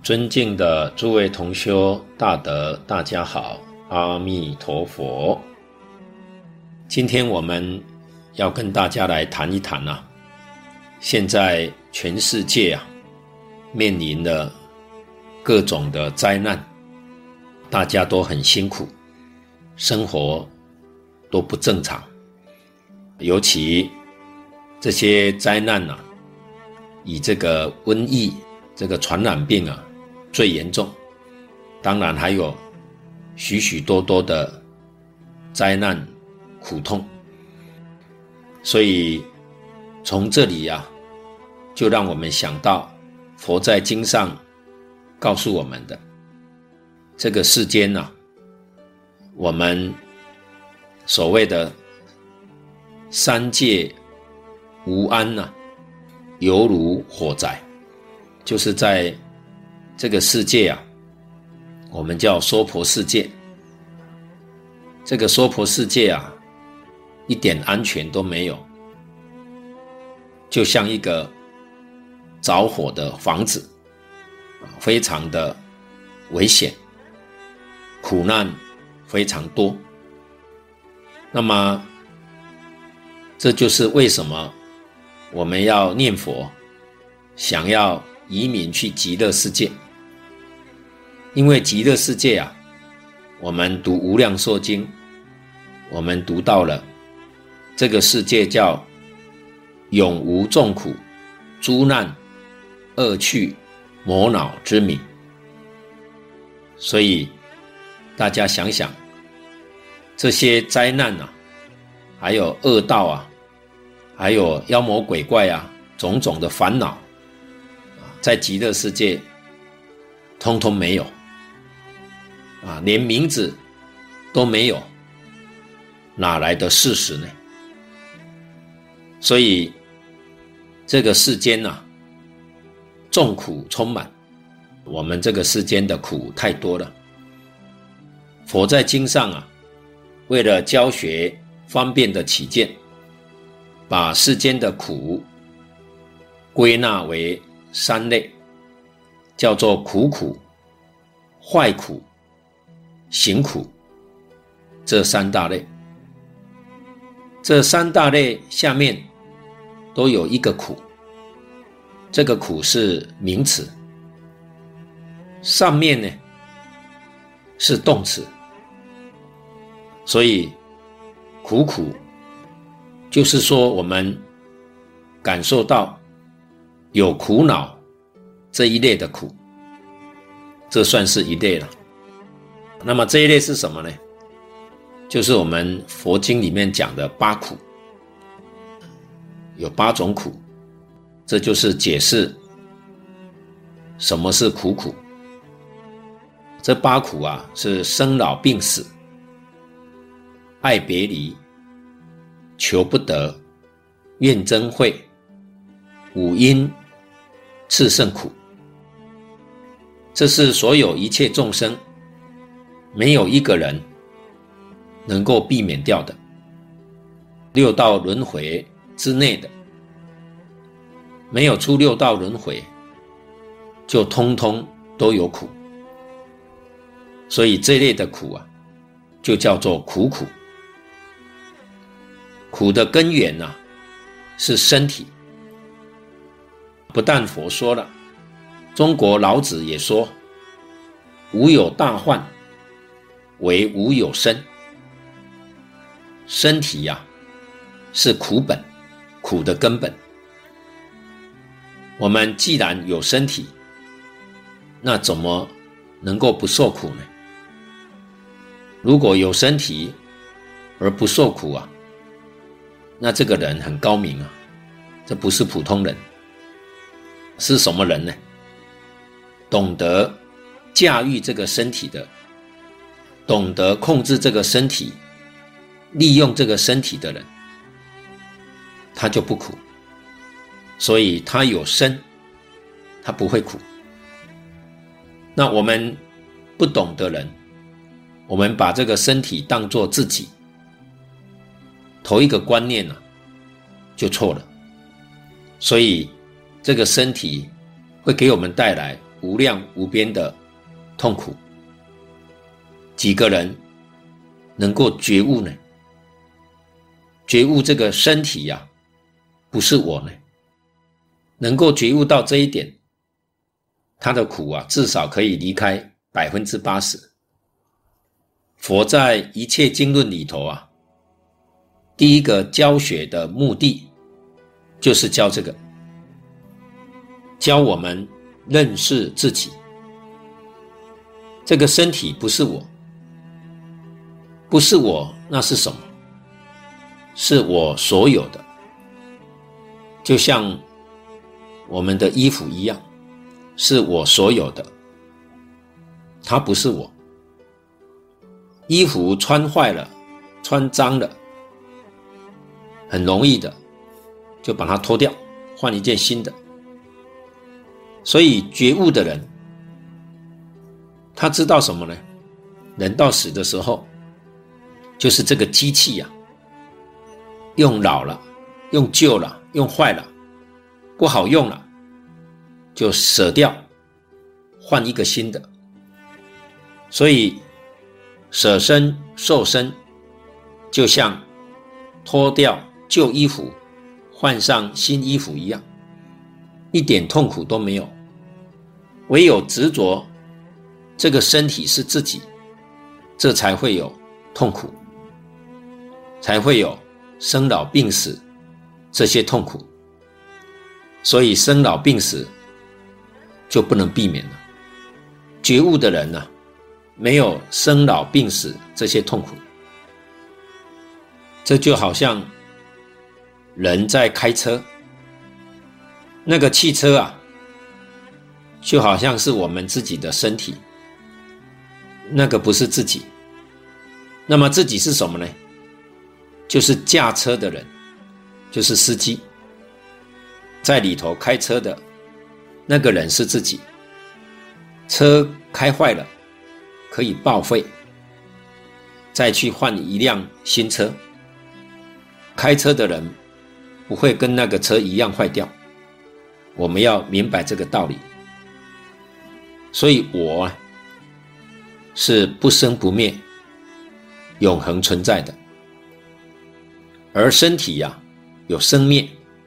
尊敬的诸位同修大德，大家好，阿弥陀佛。今天我们要跟大家来谈一谈现在全世界面临了各种的灾难，大家都很辛苦，生活都不正常，尤其这些灾难以这个瘟疫这个传染病最严重，当然还有许许多多的灾难苦痛。所以从这里就让我们想到佛在经上告诉我们的，这个世间我们所谓的三界无安犹如火宅，就是在这个世界我们叫娑婆世界。这个娑婆世界一点安全都没有，就像一个着火的房子，非常的危险，苦难非常多。那么这就是为什么我们要念佛，想要移民去极乐世界。因为极乐世界我们读无量寿经，我们读到了这个世界叫永无众苦，诸难恶趣魔恼之名。所以大家想想，这些灾难还有恶道还有妖魔鬼怪种种的烦恼，在极乐世界通通没有连名字都没有，哪来的事实呢？所以这个世间众苦充满，我们这个世间的苦太多了。佛在经上为了教学方便的起见，把世间的苦归纳为三类，叫做苦苦、坏苦、行苦，这三大类。这三大类下面都有一个苦，这个苦是名词，上面呢是动词。所以苦苦就是说我们感受到有苦恼这一类的苦，这算是一类了。那么这一类是什么呢？就是我们佛经里面讲的八苦，有8种苦，这就是解释什么是苦苦。这8苦是生老病死、爱别离、求不得、怨憎会、五阴炽盛苦。这是所有一切众生没有一个人能够避免掉的6道轮回之内的，没有出6道轮回就通通都有苦。所以这类的苦就叫做苦苦。苦的根源是身体。不但佛说了，中国老子也说，无有大患，唯无有身。身体是苦本，苦的根本。我们既然有身体，那怎么能够不受苦呢？如果有身体而不受苦那这个人很高明这不是普通人。是什么人呢？懂得驾驭这个身体的，懂得控制这个身体，利用这个身体的人，他就不苦。所以他有身，他不会苦。那我们不懂的人，我们把这个身体当作自己，头一个观念就错了。所以这个身体会给我们带来无量无边的痛苦。几个人能够觉悟呢？觉悟这个身体呀，不是我呢？能够觉悟到这一点，他的苦啊，至少可以离开80%。佛在一切经论里头啊，第一个教学的目的就是教这个，教我们认识自己。这个身体不是我，不是我，那是什么？是我所有的，就像我们的衣服一样，是我所有的，它不是我。衣服穿坏了，穿脏了，很容易的就把它脱掉，换一件新的。所以觉悟的人，他知道什么呢？人到死的时候，就是这个机器啊，用老了，用旧了，用坏了，不好用了，就舍掉，换一个新的。所以舍身受身，就像脱掉旧衣服换上新衣服一样，一点痛苦都没有。唯有执着这个身体是自己，这才会有痛苦，才会有生老病死这些痛苦。所以生老病死就不能避免了。觉悟的人呢，没有生老病死这些痛苦。这就好像人在开车，那个汽车啊，就好像是我们自己的身体，那个不是自己。那么自己是什么呢？就是驾车的人，就是司机，在里头开车的那个人是自己。车开坏了可以报废，再去换一辆新车。开车的人不会跟那个车一样坏掉，我们要明白这个道理。所以我是不生不灭，永恒存在的。而身体呀，有生灭，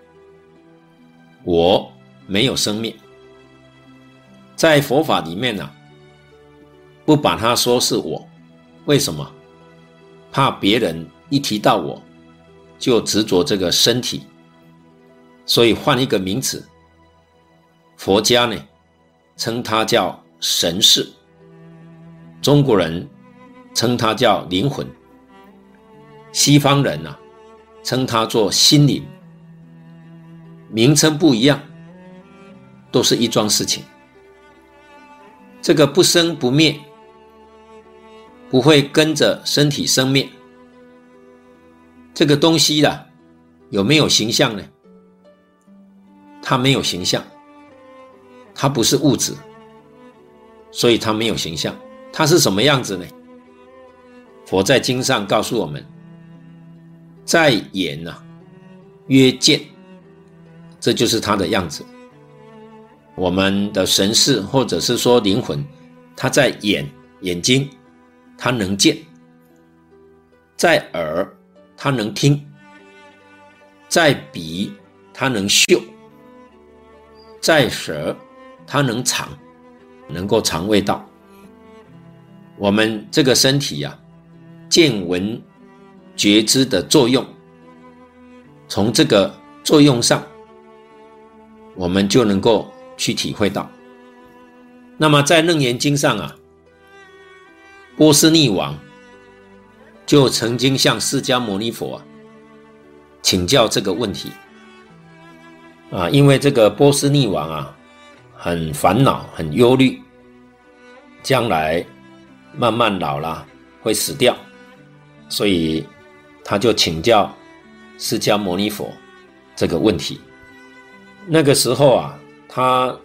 我没有生灭。在佛法里面呢，不把它说是我，为什么？怕别人一提到我就执着这个身体，所以换一个名词。佛家呢称它叫神识，中国人称它叫灵魂，西方人啊称它做心灵。名称不一样，都是一桩事情。这个不生不灭，不会跟着身体生灭。这个东西啦，有没有形象呢？它没有形象，它不是物质，所以它没有形象。它是什么样子呢？佛在经上告诉我们，在眼啊，曰见，这就是它的样子。我们的神识或者是说灵魂，它在眼睛，它能见；在耳，它能听；在鼻，它能嗅；在舌，它能尝，能够尝味道。我们这个身体啊，见闻觉知的作用，从这个作用上，我们就能够去体会到。那么在楞严经上啊，波斯匿王就曾经向释迦牟尼佛请教这个问题因为这个波斯匿王啊很烦恼很忧虑，将来慢慢老了会死掉，所以他就请教释迦牟尼佛这个问题。那个时候啊，他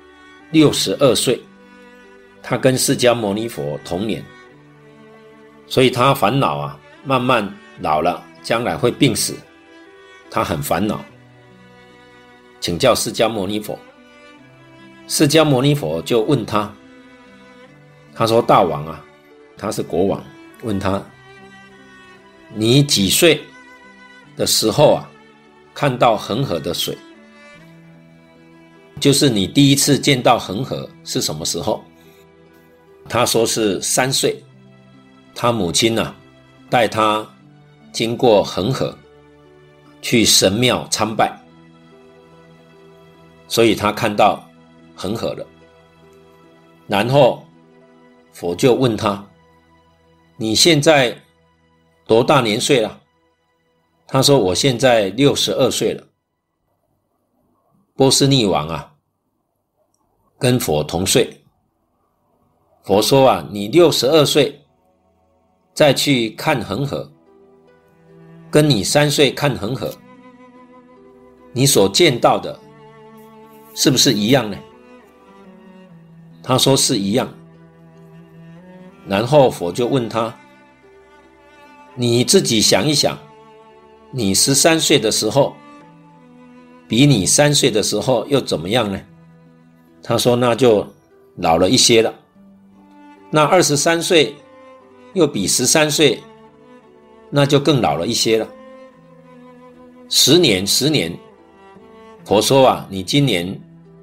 62岁，他跟释迦牟尼佛同年，所以他烦恼啊，慢慢老了，将来会病死，他很烦恼，请教释迦牟尼佛。 释迦牟尼佛就问他，他说大王啊，他是国王，问他你几岁的时候啊看到恒河的水？就是你第一次见到恒河是什么时候？他说是3岁，他母亲啊带他经过恒河去神庙参拜，所以他看到恒河了。然后佛就问他，你现在多大年岁了？他说我现在62岁了。波斯匿王啊跟佛同岁，佛说啊，你62岁再去看恒河，跟你3岁看恒河，你所见到的是不是一样呢？他说是一样。然后佛就问他，你自己想一想，你13岁的时候比你3岁的时候又怎么样呢？他说那就老了一些了。那23岁又比13岁，那就更老了一些了。10年，佛说啊，你今年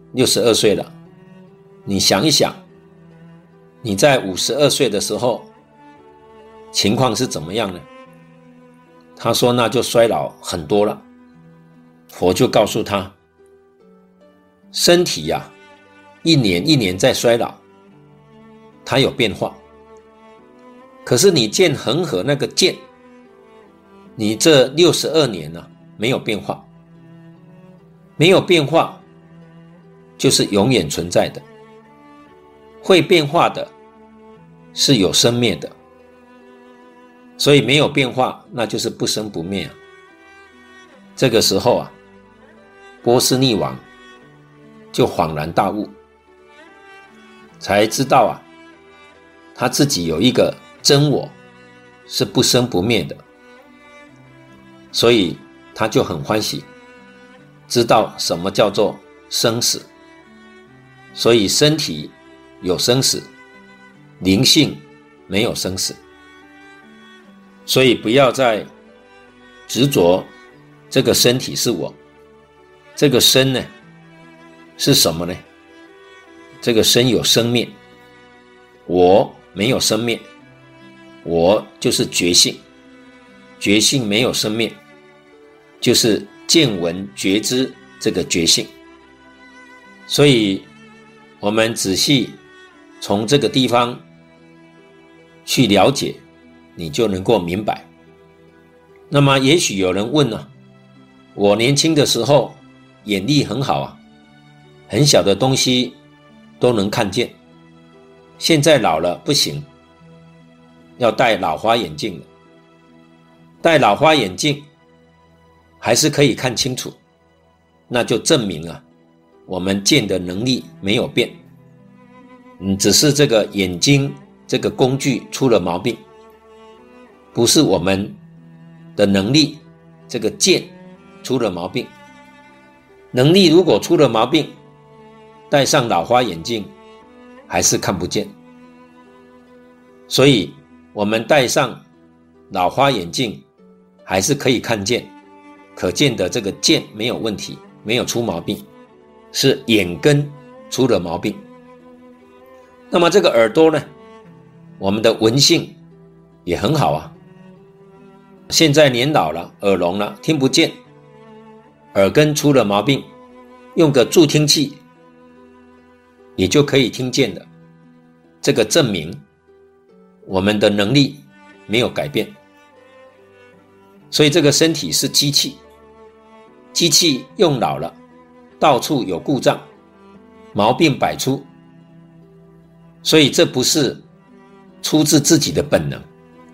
62岁了，你想一想，你在52岁的时候情况是怎么样呢？他说那就衰老很多了。佛就告诉他，身体呀一年一年在衰老，它有变化。可是你见恒河那个见，你这62年啊没有变化。没有变化就是永远存在的，会变化的是有生灭的，所以没有变化那就是不生不灭啊。这个时候啊，波斯匿王就恍然大悟，才知道啊，他自己有一个真我是不生不灭的，所以他就很欢喜，知道什么叫做生死。所以身体有生死，灵性没有生死。所以不要再执着这个身体是我，这个身呢是什么呢？这个身有生灭，我没有生灭，我就是觉性，觉性没有生灭，就是见闻觉知这个觉性。所以我们仔细从这个地方去了解，你就能够明白。那么也许有人问啊，我年轻的时候眼力很好啊，很小的东西都能看见，现在老了不行，要戴老花眼镜了。戴老花眼镜还是可以看清楚，那就证明啊，我们见的能力没有变，只是这个眼睛这个工具出了毛病，不是我们的能力这个见出了毛病。能力如果出了毛病，戴上老花眼镜还是看不见。所以我们戴上老花眼镜还是可以看见，可见的这个见没有问题，没有出毛病，是眼根出了毛病。那么这个耳朵呢，我们的闻性也很好啊，现在年老了，耳聋了，听不见，耳根出了毛病，用个助听器也就可以听见的。这个证明我们的能力没有改变。所以这个身体是机器，机器用老了，到处有故障，毛病百出，所以这不是出自自己的本能。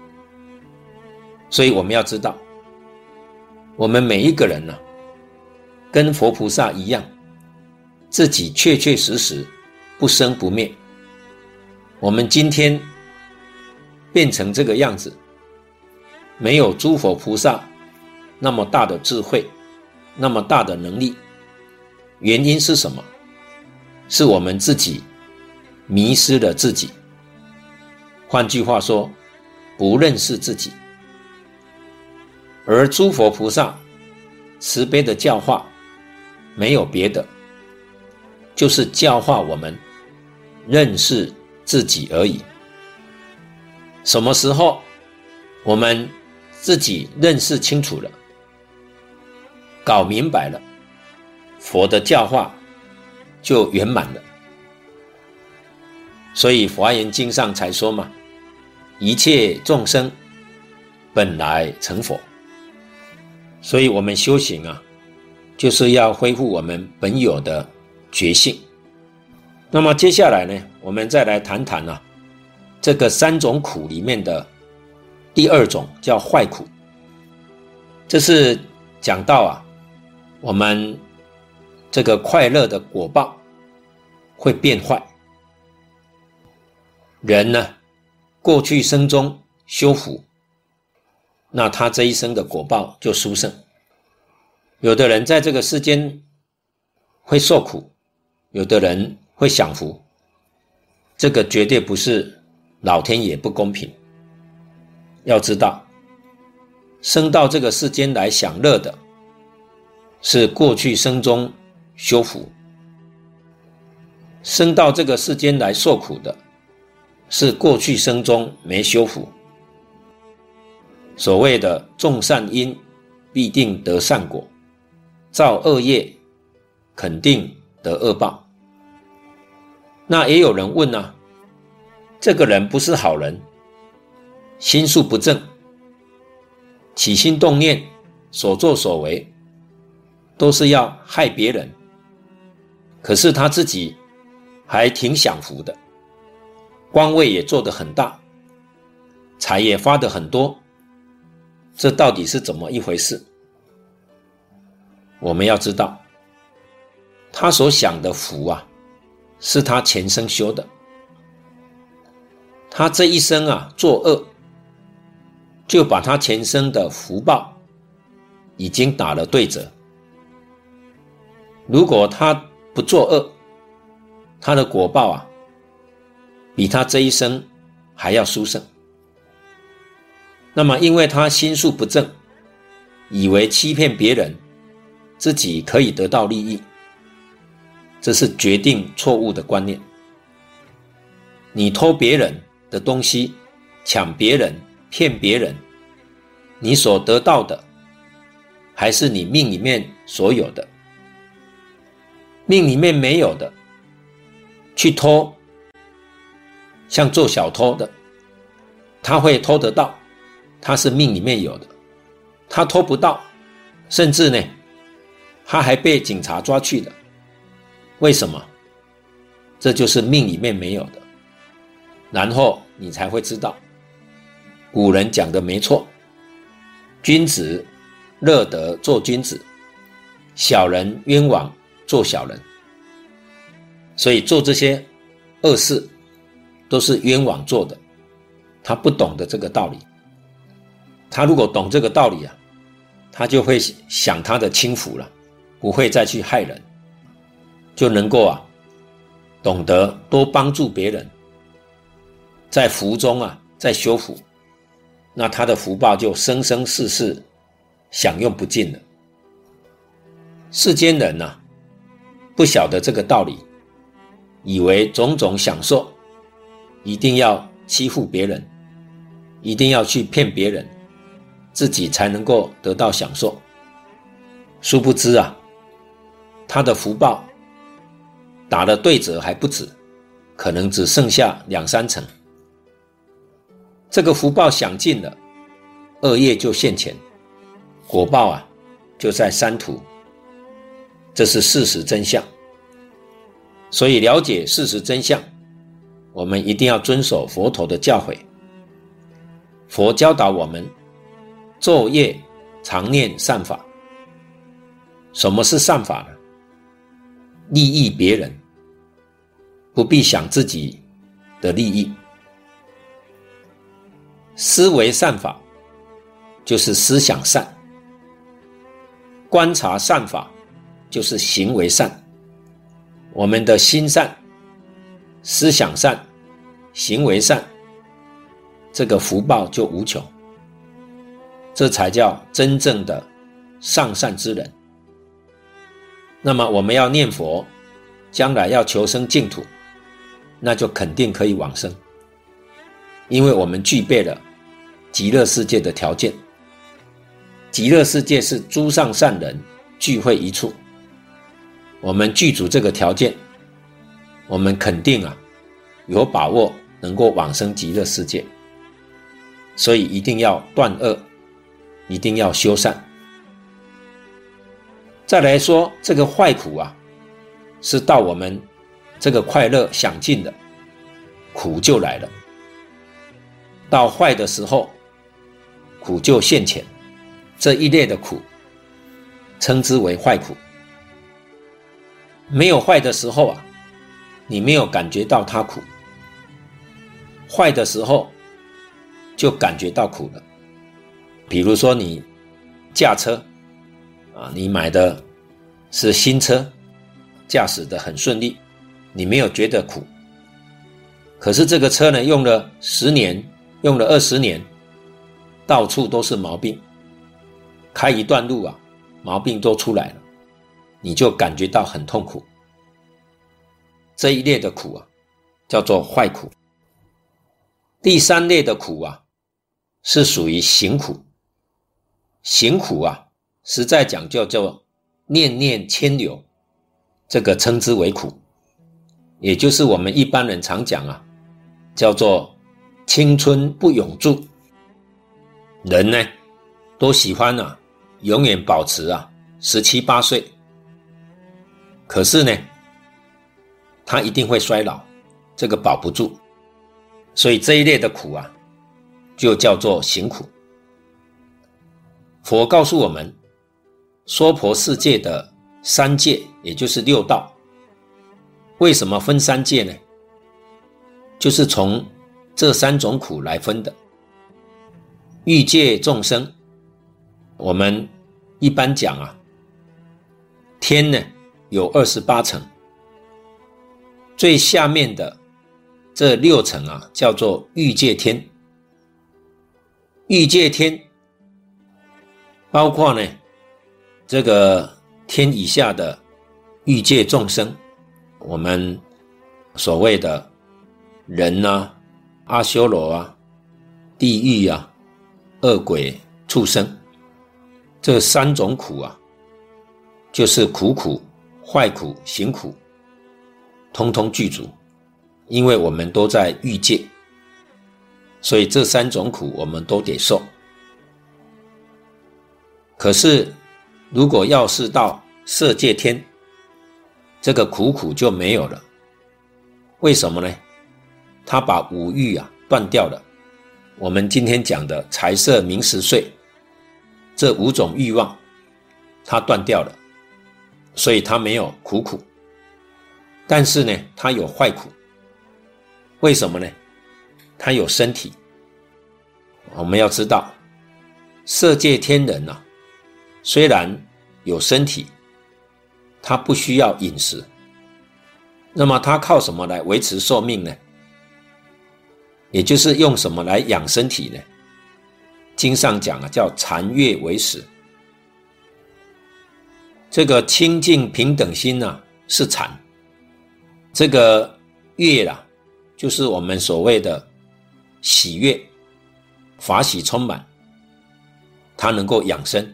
所以我们要知道，我们每一个人呢，跟佛菩萨一样，自己确确实实不生不灭。我们今天变成这个样子，没有诸佛菩萨那么大的智慧，那么大的能力。原因是什么？ 是我们自己迷失了自己。换句话说，不认识自己。而诸佛菩萨慈悲的教化，没有别的，就是教化我们认识自己而已。什么时候我们自己认识清楚了，搞明白了，佛的教化就圆满了。所以华严经上才说嘛，一切众生本来成佛。所以我们修行啊，就是要恢复我们本有的觉性。那么接下来呢，我们再来谈谈啊，这个三种苦里面的第二种叫坏苦。这是讲到啊，我们这个快乐的果报会变坏。人呢，过去生中修福，那他这一生的果报就殊胜。有的人在这个世间会受苦，有的人会享福，这个绝对不是老天爷不公平。要知道，生到这个世间来享乐的，是过去生中修福；生到这个世间来受苦的，是过去生中没修福。所谓的种善因，必定得善果；造恶业，肯定得恶报。那也有人问啊，这个人不是好人，心术不正，起心动念，所作所为，都是要害别人，可是他自己还挺享福的，官位也做得很大，财也发得很多，这到底是怎么一回事？我们要知道，他所享的福啊，是他前生修的。他这一生啊作恶，就把他前生的福报已经打了对折。如果他不作恶，他的果报啊，比他这一生还要殊胜。那么因为他心术不正，以为欺骗别人，自己可以得到利益，这是决定错误的观念。你偷别人的东西，抢别人，骗别人，你所得到的还是你命里面所有的。命里面没有的去偷，像做小偷的，他会偷得到，他是命里面有的。他偷不到，甚至呢他还被警察抓去了。为什么？这就是命里面没有的。然后你才会知道，古人讲的没错，君子乐得做君子，小人冤枉做小人。所以做这些恶事都是冤枉做的，他不懂得这个道理。他如果懂这个道理啊，他就会享他的清福了，不会再去害人，就能够啊懂得多帮助别人，在福中啊再修福，那他的福报就生生世世享用不尽了。世间人啊不晓得这个道理，以为种种享受一定要欺负别人，一定要去骗别人，自己才能够得到享受。殊不知啊，他的福报打了对折还不止，可能只剩下2-3成。这个福报享尽了，恶业就现前，果报啊就在三途，这是事实真相。所以了解事实真相，我们一定要遵守佛陀的教诲。佛教导我们昼夜常念善法。什么是善法呢？利益别人，不必想自己的利益。思维善法就是思想善，观察善法就是行为善。 我们的心善、思想善、行为善，这个福报就无穷，这才叫真正的上善之人。那么我们要念佛，将来要求生净土，那就肯定可以往生，因为我们具备了极乐世界的条件。极乐世界是诸上善人聚会一处，我们具足这个条件，我们肯定有把握能够往生极乐世界。所以一定要断恶，一定要修善。再来说这个坏苦是到我们这个快乐享尽了，苦就来了。到坏的时候，苦就现前，这一类的苦称之为坏苦。没有坏的时候你没有感觉到它苦，坏的时候就感觉到苦了。比如说你驾车你买的是新车，驾驶得很顺利，你没有觉得苦。可是这个车呢，用了10年，用了20年，到处都是毛病，开一段路毛病都出来了，你就感觉到很痛苦。这一类的苦叫做坏苦。第3类的苦是属于行苦。行苦实在讲叫做念念牵流，这个称之为苦，也就是我们一般人常讲叫做青春不永驻。人呢都喜欢永远保持17、18岁，可是呢他一定会衰老，这个保不住。所以这一类的苦就叫做行苦。佛告诉我们，娑婆世界的3界，也就是6道。为什么分3界呢？就是从这3种苦来分的。欲界众生，我们一般讲天呢有28层，最下面的这6层叫做欲界天。欲界天包括呢这个天以下的欲界众生，我们所谓的人阿修罗地狱恶鬼、畜生，这3种苦就是苦苦、坏苦、行苦，通通具足。因为我们都在欲界，所以这3种苦我们都得受。可是如果要是到色界天，这个苦就没有了。为什么呢？他把5欲断掉了。我们今天讲的财色名食睡，这5种欲望他断掉了，所以他没有苦。但是呢他有坏苦。为什么呢？他有身体。我们要知道，色界天人虽然有身体，他不需要饮食，那么他靠什么来维持寿命呢？也就是用什么来养身体呢？经上讲叫禅悦为食。这个清净平等心是禅，这个悦就是我们所谓的喜悦，法喜充满，它能够养生。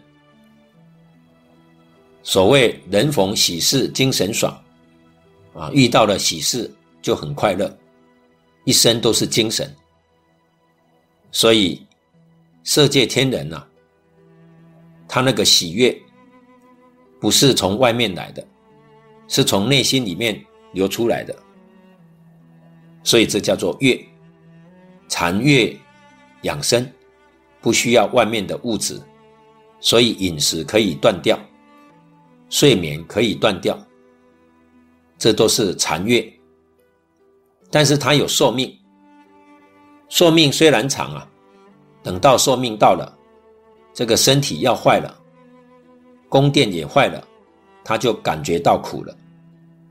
所谓人逢喜事精神爽遇到了喜事就很快乐，一生都是精神。所以色界天人他那个喜悦不是从外面来的，是从内心里面流出来的，所以这叫做悦。禅悦养生不需要外面的物质，所以饮食可以断掉，睡眠可以断掉，这都是禅悦。但是它有寿命，寿命虽然长等到寿命到了，这个身体要坏了，宫殿也坏了，他就感觉到苦了。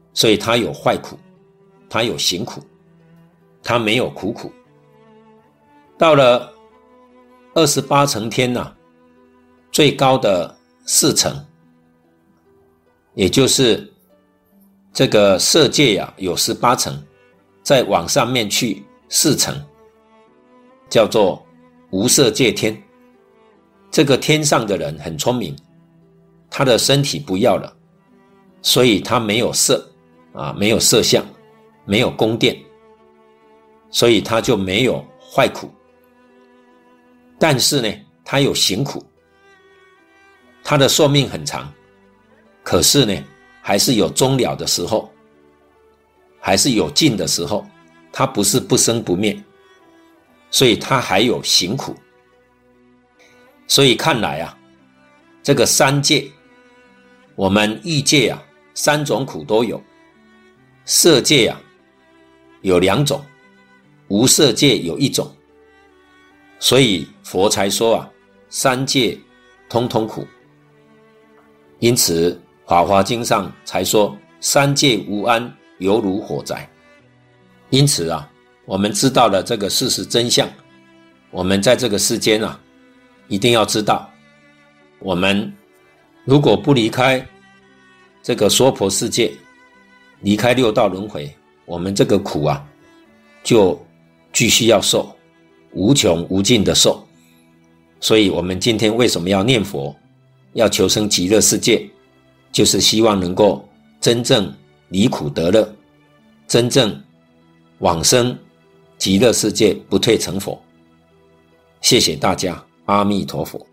所以他有坏苦，他有行苦，他没有苦苦。到了28层天最高的4层，也就是这个色界有18层，再往上面去4层，叫做无色界天。这个天上的人很聪明，他的身体不要了，所以他没有色没有色相，没有宫殿，所以他就没有坏苦。但是呢，他有行苦，他的寿命很长，可是呢，还是有终了的时候，还是有尽的时候，他不是不生不灭，所以他还有行苦。所以看来这个三界，我们欲界3种苦都有，色界有2种，无色界有1种，所以佛才说三界通通苦。因此法华经上才说三界无安，犹如火宅。因此我们知道了这个事实真相，我们在这个世间一定要知道，我们如果不离开这个娑婆世界，离开6道轮回，我们这个苦就继续要受，无穷无尽的受。所以我们今天为什么要念佛，要求生极乐世界，就是希望能够真正离苦得乐，真正往生极乐世界，不退成佛。谢谢大家，阿弥陀佛。